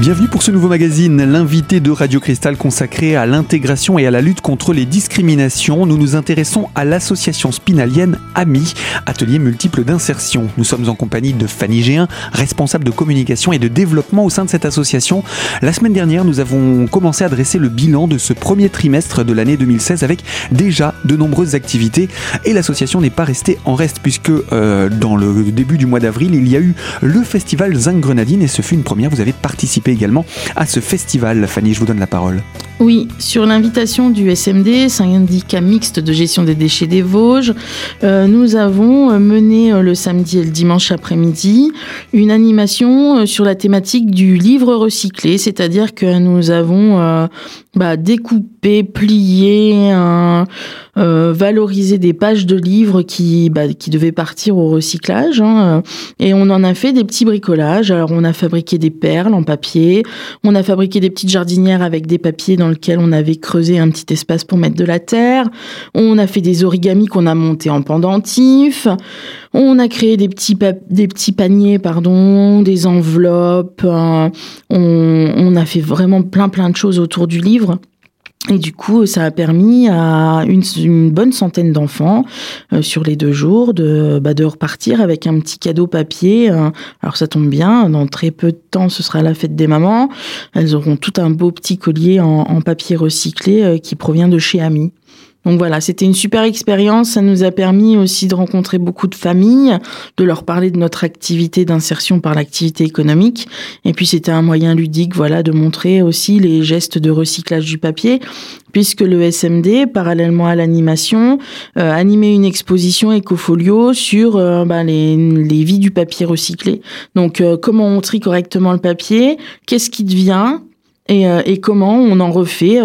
Bienvenue pour ce nouveau magazine, l'invité de Radio Cristal consacré à l'intégration et à la lutte contre les discriminations. Nous nous intéressons à l'association spinalienne AMI, atelier multiple d'insertion. Nous sommes en compagnie de Fanny Géhin, responsable de communication et de développement au sein de cette association. La semaine dernière, nous avons commencé à dresser le bilan de ce premier trimestre de l'année 2016 avec déjà de nombreuses activités. Et l'association n'est pas restée en reste puisque dans le début du mois d'avril, il y a eu le festival Zinc Grenadine et ce fut une première. Vous avez participé également à ce festival. Fanny, je vous donne la parole. Oui, sur l'invitation du SMD, syndicat mixte de gestion des déchets des Vosges, nous avons mené le samedi et le dimanche après-midi une animation sur la thématique du livre recyclé, c'est-à-dire que nous avons découpé, plié, valorisé des pages de livres qui devaient partir au recyclage, et on en a fait des petits bricolages. Alors on a fabriqué des perles en papier, on a fabriqué des petites jardinières avec des papiers dans lesquels on avait creusé un petit espace pour mettre de la terre, on a fait des origamis qu'on a montés en pendentifs, on a créé des petits paniers, des enveloppes, on a fait vraiment plein de choses autour du livre. Et du coup, ça a permis à une bonne centaine d'enfants sur les 2 jours de repartir avec un petit cadeau papier. Alors ça tombe bien, dans très peu de temps, ce sera la fête des mamans. Elles auront tout un beau petit collier en papier recyclé qui provient de chez AMI. Donc voilà, c'était une super expérience. Ça nous a permis aussi de rencontrer beaucoup de familles, de leur parler de notre activité d'insertion par l'activité économique. Et puis c'était un moyen ludique, de montrer aussi les gestes de recyclage du papier, puisque le SMD, parallèlement à l'animation, animait une exposition Ecofolio sur les vies du papier recyclé. Donc comment on trie correctement le papier, qu'est-ce qui devient et comment on en refait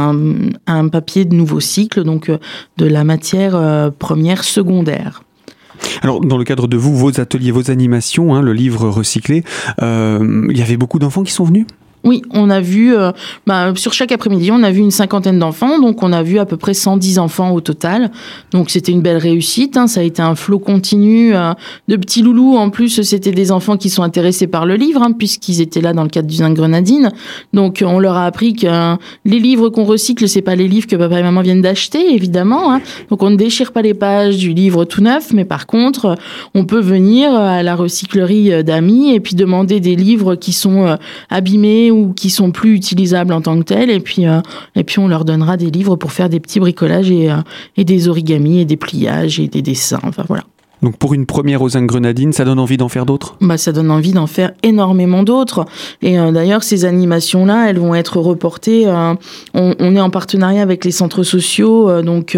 un papier de nouveau cycle, donc de la matière première secondaire. Alors, dans le cadre de vos ateliers, vos animations, le livre recyclé, il y avait beaucoup d'enfants qui sont venus ? Oui, on a vu, sur chaque après-midi, on a vu une 50aine d'enfants, donc on a vu à peu près 110 enfants au total. Donc c'était une belle réussite, ça a été un flot continu de petits loulous. En plus, c'était des enfants qui sont intéressés par le livre, puisqu'ils étaient là dans le cadre du Zinc Grenadine. Donc on leur a appris que les livres qu'on recycle, c'est pas les livres que papa et maman viennent d'acheter, évidemment. Donc on ne déchire pas les pages du livre tout neuf, mais par contre, on peut venir à la recyclerie d'AMI et puis demander des livres qui sont abîmés ou qui sont plus utilisables en tant que tels, et puis on leur donnera des livres pour faire des petits bricolages et des origamis et des pliages et des dessins, voilà. Donc pour une première aux Zinc Grenadine, ça donne envie d'en faire d'autres ? Ça donne envie d'en faire énormément d'autres. Et d'ailleurs, ces animations-là, elles vont être reportées. On est en partenariat avec les centres sociaux,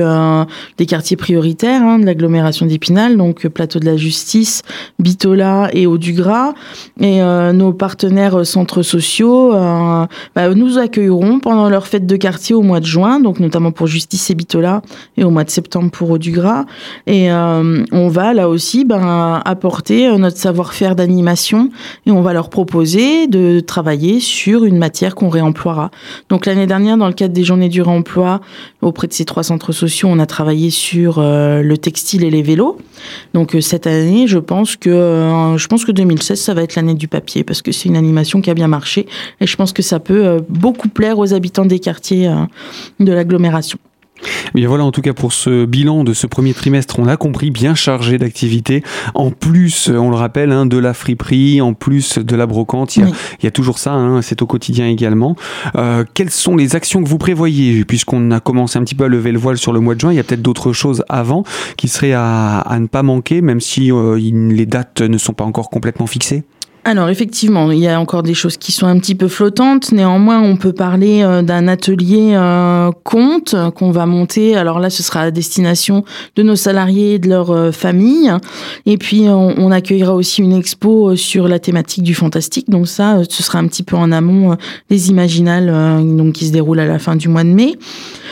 des quartiers prioritaires de l'agglomération d'Épinal, donc Plateau de la Justice, Bitola et Haut-du-Gras. Et nos partenaires centres sociaux nous accueilleront pendant leur fête de quartier au mois de juin, donc notamment pour Justice et Bitola, et au mois de septembre pour Haut-du-Gras. Et on va là aussi apporter notre savoir-faire d'animation et on va leur proposer de travailler sur une matière qu'on réemploiera. Donc l'année dernière, dans le cadre des journées du réemploi, auprès de ces 3 centres sociaux, on a travaillé sur le textile et les vélos. Donc cette année, je pense que 2016, ça va être l'année du papier parce que c'est une animation qui a bien marché et je pense que ça peut beaucoup plaire aux habitants des quartiers de l'agglomération. Bien voilà, en tout cas pour ce bilan de ce premier trimestre, on a compris, bien chargé d'activités. En plus, on le rappelle, de la friperie, en plus de la brocante, il y a toujours ça, c'est au quotidien également. Quelles sont les actions que vous prévoyez ? Puisqu'on a commencé un petit peu à lever le voile sur le mois de juin, il y a peut-être d'autres choses avant qui seraient à ne pas manquer, même si les dates ne sont pas encore complètement fixées ? Alors effectivement, il y a encore des choses qui sont un petit peu flottantes. Néanmoins, on peut parler d'un atelier conte qu'on va monter. Alors là, ce sera à destination de nos salariés et de leurs familles. Et puis, on accueillera aussi une expo sur la thématique du fantastique. Donc ça, ce sera un petit peu en amont des Imaginales qui se déroulent à la fin du mois de mai.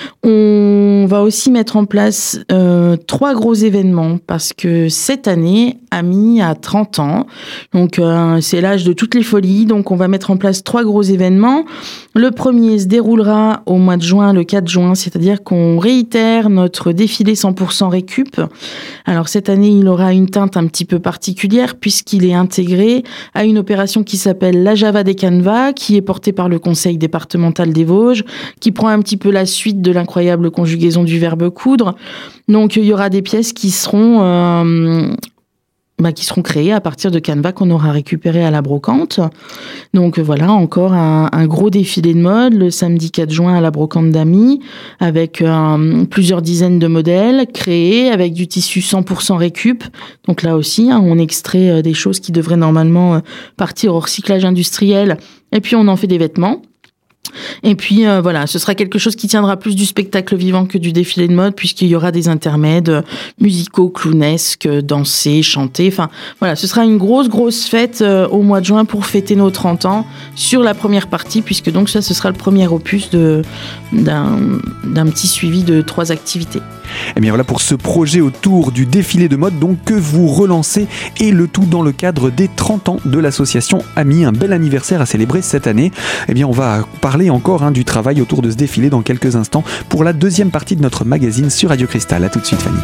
On va aussi mettre en place 3 gros événements parce que cette année, AMI a 30 ans. Donc c'est l'âge de toutes les folies. Donc, on va mettre en place 3 gros événements. Le premier se déroulera au mois de juin, le 4 juin, c'est-à-dire qu'on réitère notre défilé 100% récup. Alors, cette année, il aura une teinte un petit peu particulière puisqu'il est intégré à une opération qui s'appelle la Java des Canevas, qui est portée par le Conseil départemental des Vosges, qui prend un petit peu la suite de l'incroyable conjugaison du verbe coudre. Donc, il y aura des pièces qui seront créées à partir de canevas qu'on aura récupéré à la brocante. Donc voilà, encore un gros défilé de mode le samedi 4 juin à la brocante d'Amy, avec plusieurs dizaines de modèles créés avec du tissu 100% récup. Donc là aussi, on extrait des choses qui devraient normalement partir au recyclage industriel, et puis on en fait des vêtements. Et puis voilà, ce sera quelque chose qui tiendra plus du spectacle vivant que du défilé de mode, puisqu'il y aura des intermèdes musicaux, clownesques, dansés, chantés. Enfin voilà, ce sera une grosse fête au mois de juin pour fêter nos 30 ans sur la première partie, puisque donc ça, ce sera le premier opus d'un petit suivi de 3 activités. Et bien voilà pour ce projet autour du défilé de mode donc que vous relancez, et le tout dans le cadre des 30 ans de l'association Amis, un bel anniversaire à célébrer cette année. Et bien on va parler encore du travail autour de ce défilé dans quelques instants pour la deuxième partie de notre magazine sur Radio Cristal. À tout de suite, Fanny.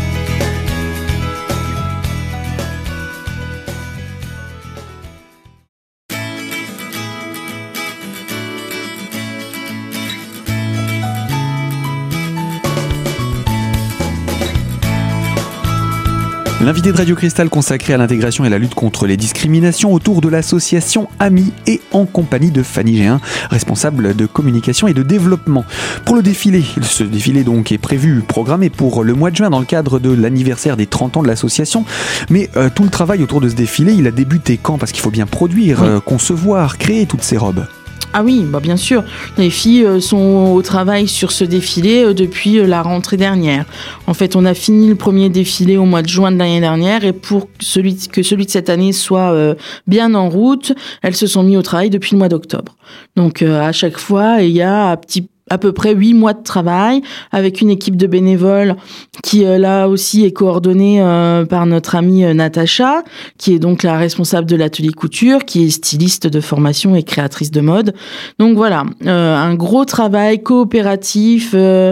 L'invité de Radio Cristal consacré à l'intégration et la lutte contre les discriminations autour de l'association Amis, et en compagnie de Fanny Géhin, responsable de communication et de développement. Pour le défilé, ce défilé donc est programmé pour le mois de juin dans le cadre de l'anniversaire des 30 ans de l'association. Mais tout le travail autour de ce défilé, il a débuté quand ? Parce qu'il faut bien produire, concevoir, créer toutes ces robes. Ah oui, bien sûr. Les filles sont au travail sur ce défilé depuis la rentrée dernière. En fait, on a fini le premier défilé au mois de juin de l'année dernière, et pour que celui de cette année soit bien en route, elles se sont mises au travail depuis le mois d'octobre. Donc à chaque fois, il y a à peu près 8 mois de travail avec une équipe de bénévoles qui là aussi est coordonnée par notre amie Natacha, qui est donc la responsable de l'atelier couture, qui est styliste de formation et créatrice de mode. Donc voilà, un gros travail coopératif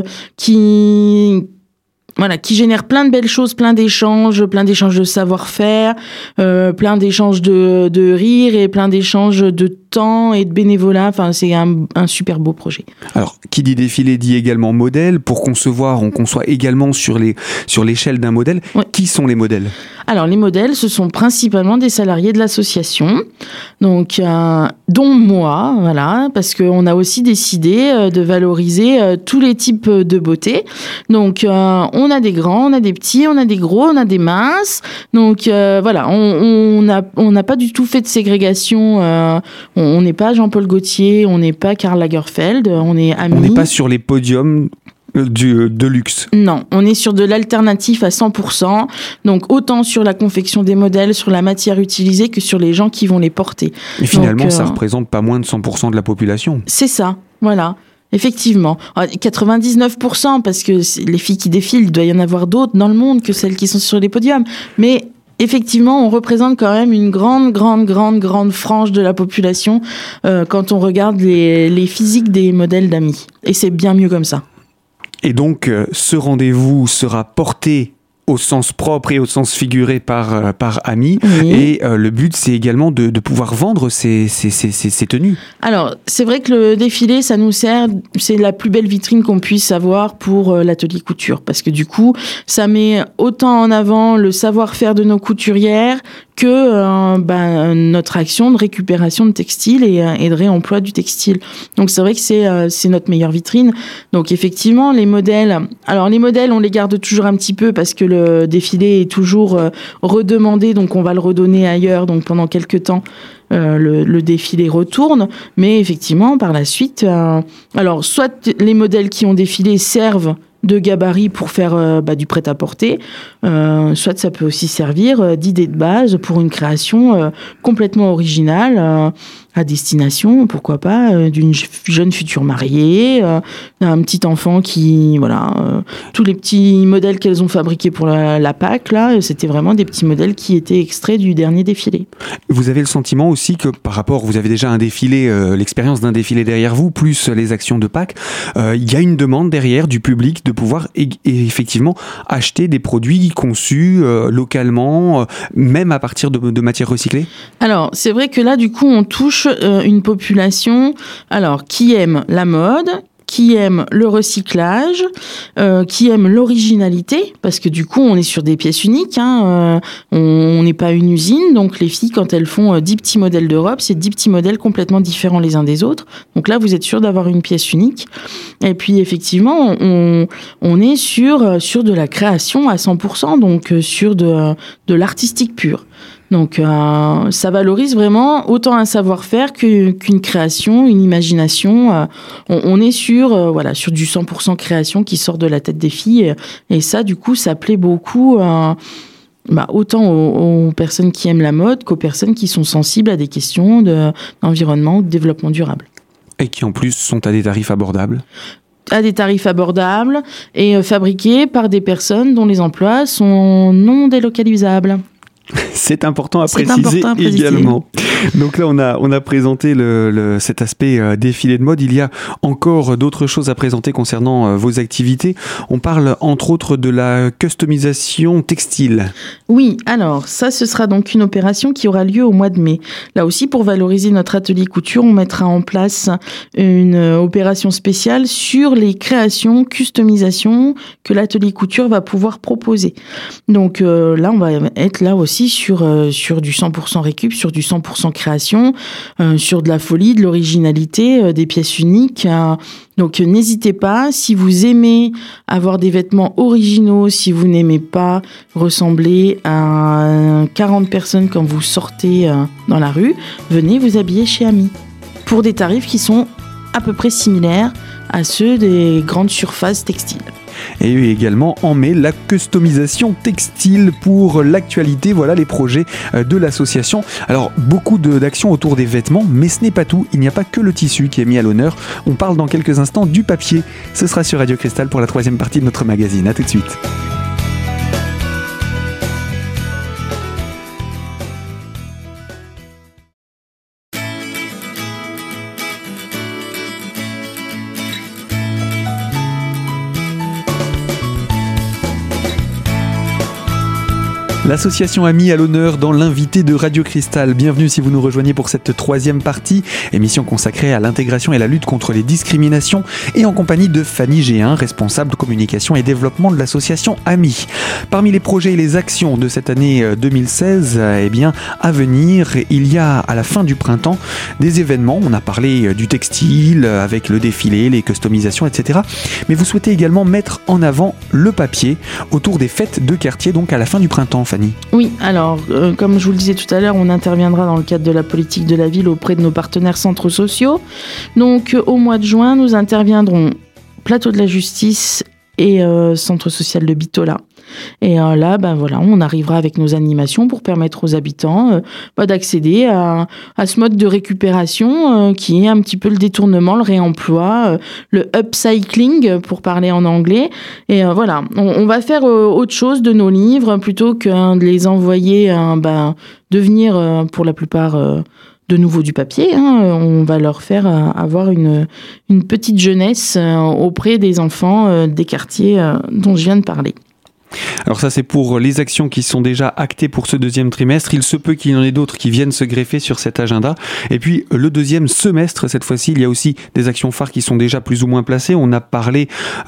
qui génère plein de belles choses, plein d'échanges de savoir-faire, plein d'échanges de rire, et plein d'échanges de temps et de bénévolat. Enfin, c'est un super beau projet. Alors, qui dit défilé dit également modèle. Pour concevoir, on conçoit également sur l'échelle d'un modèle. Ouais. Qui sont les modèles ? Alors, les modèles, ce sont principalement des salariés de l'association, donc dont moi, voilà, parce qu'on a aussi décidé de valoriser tous les types de beauté. Donc, on a des grands, on a des petits, on a des gros, on a des minces. Donc, voilà, on n'a pas du tout fait de ségrégation. On n'est pas Jean-Paul Gaultier, on n'est pas Karl Lagerfeld, on est Amis. On n'est pas sur les podiums de luxe. Non, on est sur de l'alternatif à 100%, donc autant sur la confection des modèles, sur la matière utilisée, que sur les gens qui vont les porter. Et finalement, ça représente pas moins de 100% de la population. C'est ça, voilà. Effectivement, 99%, parce que les filles qui défilent, il doit y en avoir d'autres dans le monde que celles qui sont sur les podiums. Mais effectivement, on représente quand même une grande frange de la population quand on regarde les physiques des modèles d'Amis. Et c'est bien mieux comme ça. Et donc, ce rendez-vous sera porté au sens propre et au sens figuré par Amis. Oui. Et le but, c'est également de pouvoir vendre ces tenues. Alors, c'est vrai que le défilé, ça nous sert, c'est la plus belle vitrine qu'on puisse avoir pour l'atelier couture. Parce que du coup, ça met autant en avant le savoir-faire de nos couturières que notre action de récupération de textiles et de réemploi du textile. Donc c'est vrai que c'est notre meilleure vitrine. Donc effectivement, les modèles, on les garde toujours un petit peu parce que le défilé est toujours redemandé, donc on va le redonner ailleurs. Donc pendant quelques temps, le défilé retourne, mais effectivement par la suite, soit les modèles qui ont défilé servent de gabarit pour faire du prêt-à-porter, soit ça peut aussi servir d'idée de base pour une création complètement originale à destination, pourquoi pas, d'une jeune future mariée, d'un petit enfant qui, tous les petits modèles qu'elles ont fabriqués pour la Pâques, là, c'était vraiment des petits modèles qui étaient extraits du dernier défilé. Vous avez le sentiment aussi que vous avez déjà un défilé, l'expérience d'un défilé derrière vous, plus les actions de Pâques, il y a une demande derrière du public de pouvoir effectivement acheter des produits conçus localement, même à partir de matières recyclées ? Alors, c'est vrai que là, du coup, on touche une population qui aime la mode, qui aime le recyclage, qui aime l'originalité, parce que du coup, on est sur des pièces uniques, on n'est pas une usine, donc les filles, quand elles font 10 petits modèles de robe, c'est 10 petits modèles complètement différents les uns des autres, donc là, vous êtes sûr d'avoir une pièce unique, et puis effectivement, on est sur de la création à 100%, donc sur de l'artistique pur. Donc, ça valorise vraiment autant un savoir-faire qu'une création, une imagination. On est sur du 100% création qui sort de la tête des filles. Et ça, du coup, ça plaît beaucoup autant aux personnes qui aiment la mode qu'aux personnes qui sont sensibles à des questions d'environnement ou de développement durable. Et qui, en plus, sont à des tarifs abordables. À des tarifs abordables et fabriqués par des personnes dont les emplois sont non délocalisables. C'est important à préciser également. Donc là, on a présenté cet aspect défilé de mode. Il y a encore d'autres choses à présenter concernant vos activités. On parle entre autres de la customisation textile. Oui, alors ça, ce sera donc une opération qui aura lieu au mois de mai. Là aussi, pour valoriser notre atelier couture, on mettra en place une opération spéciale sur les créations, customisations que l'atelier couture va pouvoir proposer. Donc là, on va être là aussi sur du 100% récup, sur du 100% création, sur de la folie, de l'originalité, des pièces uniques. Donc n'hésitez pas, si vous aimez avoir des vêtements originaux, si vous n'aimez pas ressembler à 40 personnes quand vous sortez dans la rue, venez vous habiller chez Ami pour des tarifs qui sont à peu près similaires à ceux des grandes surfaces textiles. Et également en mai, la customisation textile pour l'actualité. Voilà les projets de l'association. Alors, beaucoup d'actions autour des vêtements, mais ce n'est pas tout. Il n'y a pas que le tissu qui est mis à l'honneur. On parle dans quelques instants du papier. Ce sera sur Radio Cristal pour la 3e partie de notre magazine. À tout de suite. L'association Ami à l'honneur dans l'invité de Radio Cristal. Bienvenue si vous nous rejoignez pour cette 3e partie, émission consacrée à l'intégration et la lutte contre les discriminations, et en compagnie de Fanny Géhin, responsable communication et développement de l'association Ami. Parmi les projets et les actions de cette année 2016, à venir, il y a à la fin du printemps des événements. On a parlé du textile avec le défilé, les customisations, etc. Mais vous souhaitez également mettre en avant le papier autour des fêtes de quartier, donc à la fin du printemps. Fanny. Oui, alors, comme je vous le disais tout à l'heure, on interviendra dans le cadre de la politique de la ville auprès de nos partenaires centres sociaux. Donc, au mois de juin, nous interviendrons Plateau de la Justice et Centre social de Bitola. Et là, on arrivera avec nos animations pour permettre aux habitants d'accéder à ce mode de récupération qui est un petit peu le détournement, le réemploi, le upcycling pour parler en anglais. Et on va faire autre chose de nos livres plutôt que de les envoyer devenir pour la plupart de nouveau du papier. On va leur faire avoir une petite jeunesse auprès des enfants des quartiers dont je viens de parler. Alors ça, c'est pour les actions qui sont déjà actées pour ce 2e trimestre. Il se peut qu'il y en ait d'autres qui viennent se greffer sur cet agenda. Et puis le 2e semestre, cette fois-ci, il y a aussi des actions phares qui sont déjà plus ou moins placées. On a parlé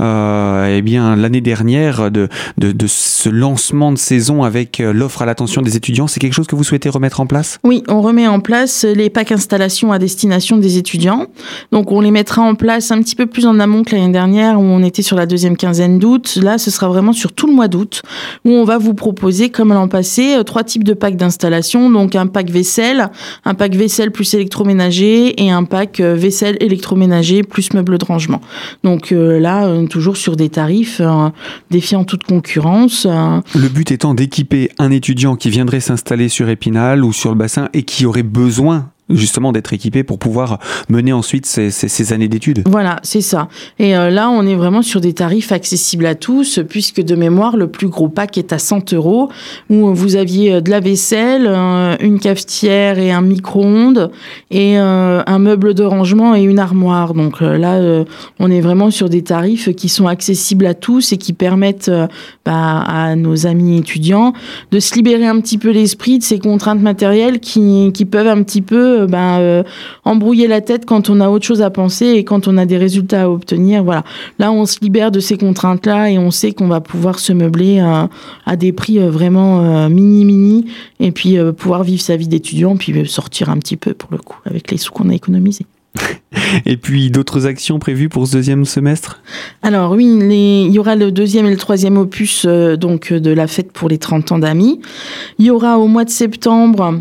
l'année dernière de ce lancement de saison avec l'offre à l'attention des étudiants. C'est quelque chose que vous souhaitez remettre en place ? Oui, on remet en place les packs installations à destination des étudiants. Donc on les mettra en place un petit peu plus en amont que l'année dernière où on était sur la 2e quinzaine d'août. Là, ce sera vraiment sur tout le mois d'août où on va vous proposer, comme l'an passé, 3 types de packs d'installation. Donc un pack vaisselle plus électroménager et un pack vaisselle électroménager plus meubles de rangement. Donc là, toujours sur des tarifs défiant toute concurrence. Le but étant d'équiper un étudiant qui viendrait s'installer sur Épinal ou sur le bassin et qui aurait besoin justement d'être équipé pour pouvoir mener ensuite ces années d'études. Voilà, c'est ça. Et là, on est vraiment sur des tarifs accessibles à tous, puisque de mémoire, le plus gros pack est à 100 €, où vous aviez de la vaisselle, une cafetière et un micro-ondes, et un meuble de rangement et une armoire. Donc là, on est vraiment sur des tarifs qui sont accessibles à tous et qui permettent à nos amis étudiants de se libérer un petit peu l'esprit de ces contraintes matérielles qui peuvent un petit peu embrouiller la tête quand on a autre chose à penser et quand on a des résultats à obtenir. Voilà. Là, on se libère de ces contraintes-là et on sait qu'on va pouvoir se meubler à des prix vraiment mini et puis pouvoir vivre sa vie d'étudiant puis sortir un petit peu pour le coup avec les sous qu'on a économisés. Et puis d'autres actions prévues pour ce deuxième semestre ? Alors oui, il y aura le deuxième et le troisième opus donc de la fête pour les 30 ans d'amis. Il y aura au mois de septembre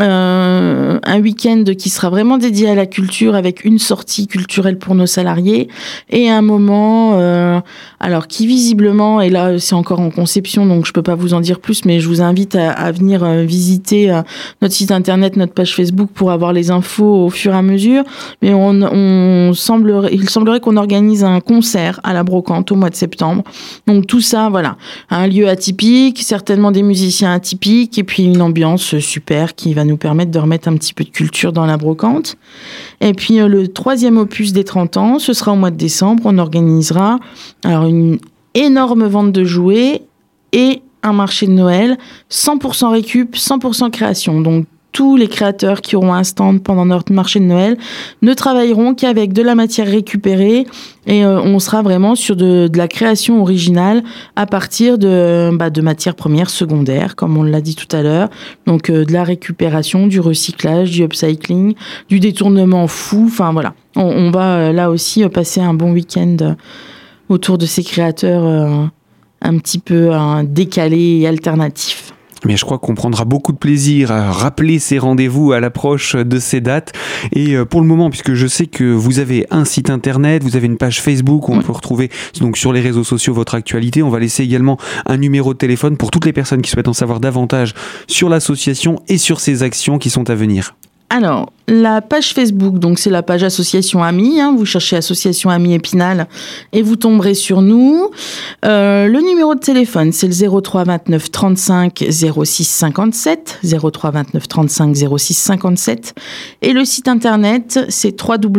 un week-end qui sera vraiment dédié à la culture avec une sortie culturelle pour nos salariés et un moment alors qui visiblement, et là c'est encore en conception donc je peux pas vous en dire plus, mais je vous invite à venir visiter notre site internet, notre page Facebook pour avoir les infos au fur et à mesure, mais il semblerait qu'on organise un concert à la Brocante au mois de septembre, donc tout ça, voilà, un lieu atypique, certainement des musiciens atypiques et puis une ambiance super qui va nous permettre de remettre un petit peu de culture dans la Brocante. Et puis le troisième opus des 30 ans, ce sera au mois de décembre. On organisera alors une énorme vente de jouets et un marché de Noël, 100% récup, 100% création. Donc tous les créateurs qui auront un stand pendant notre marché de Noël ne travailleront qu'avec de la matière récupérée et on sera vraiment sur de la création originale à partir de matières premières secondaires, comme on l'a dit tout à l'heure. Donc de la récupération, du recyclage, du upcycling, du détournement fou. Enfin voilà, on va là aussi passer un bon week-end autour de ces créateurs un petit peu décalés et alternatifs. Mais je crois qu'on prendra beaucoup de plaisir à rappeler ces rendez-vous à l'approche de ces dates. Et pour le moment, puisque je sais que vous avez un site internet, vous avez une page Facebook où on peut retrouver donc sur les réseaux sociaux votre actualité, on va laisser également un numéro de téléphone pour toutes les personnes qui souhaitent en savoir davantage sur l'association et sur ses actions qui sont à venir. Alors, la page Facebook, donc c'est la page Association Amis. Vous cherchez Association Amis Épinal et vous tomberez sur nous. Le numéro de téléphone, c'est le 03 29 35 06 57. 03 29 35 06 57. Et le site internet, c'est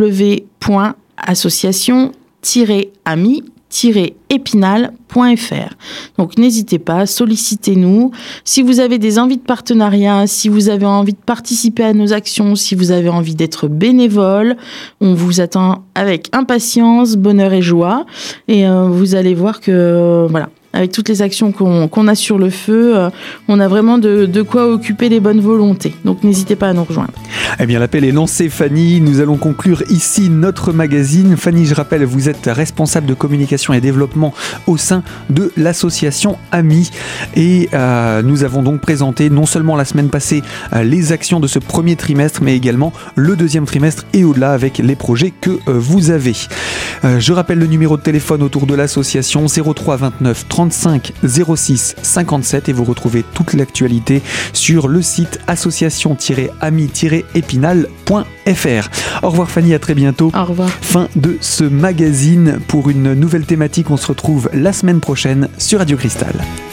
www.association-amis-épinal.fr. Donc n'hésitez pas, sollicitez-nous. Si vous avez des envies de partenariat, si vous avez envie de participer à nos actions, si vous avez envie d'être bénévole, on vous attend avec impatience, bonheur et joie. Et vous allez voir que voilà, avec toutes les actions qu'on a sur le feu, on a vraiment de quoi occuper les bonnes volontés. Donc n'hésitez pas à nous rejoindre. Eh bien, l'appel est lancé, Fanny. Nous allons conclure ici notre magazine. Fanny, je rappelle, vous êtes responsable de communication et développement au sein de l'association Amis. Et nous avons donc présenté non seulement la semaine passée les actions de ce premier trimestre, mais également le deuxième trimestre et au-delà avec les projets que vous avez. Je rappelle le numéro de téléphone autour de l'association 03 29 35 06 57 et vous retrouvez toute l'actualité sur le site association-ami-épinal.fr. Au revoir Fanny, à très bientôt. Au revoir. Fin de ce magazine. Pour une nouvelle thématique, on se retrouve la semaine prochaine sur Radio Cristal.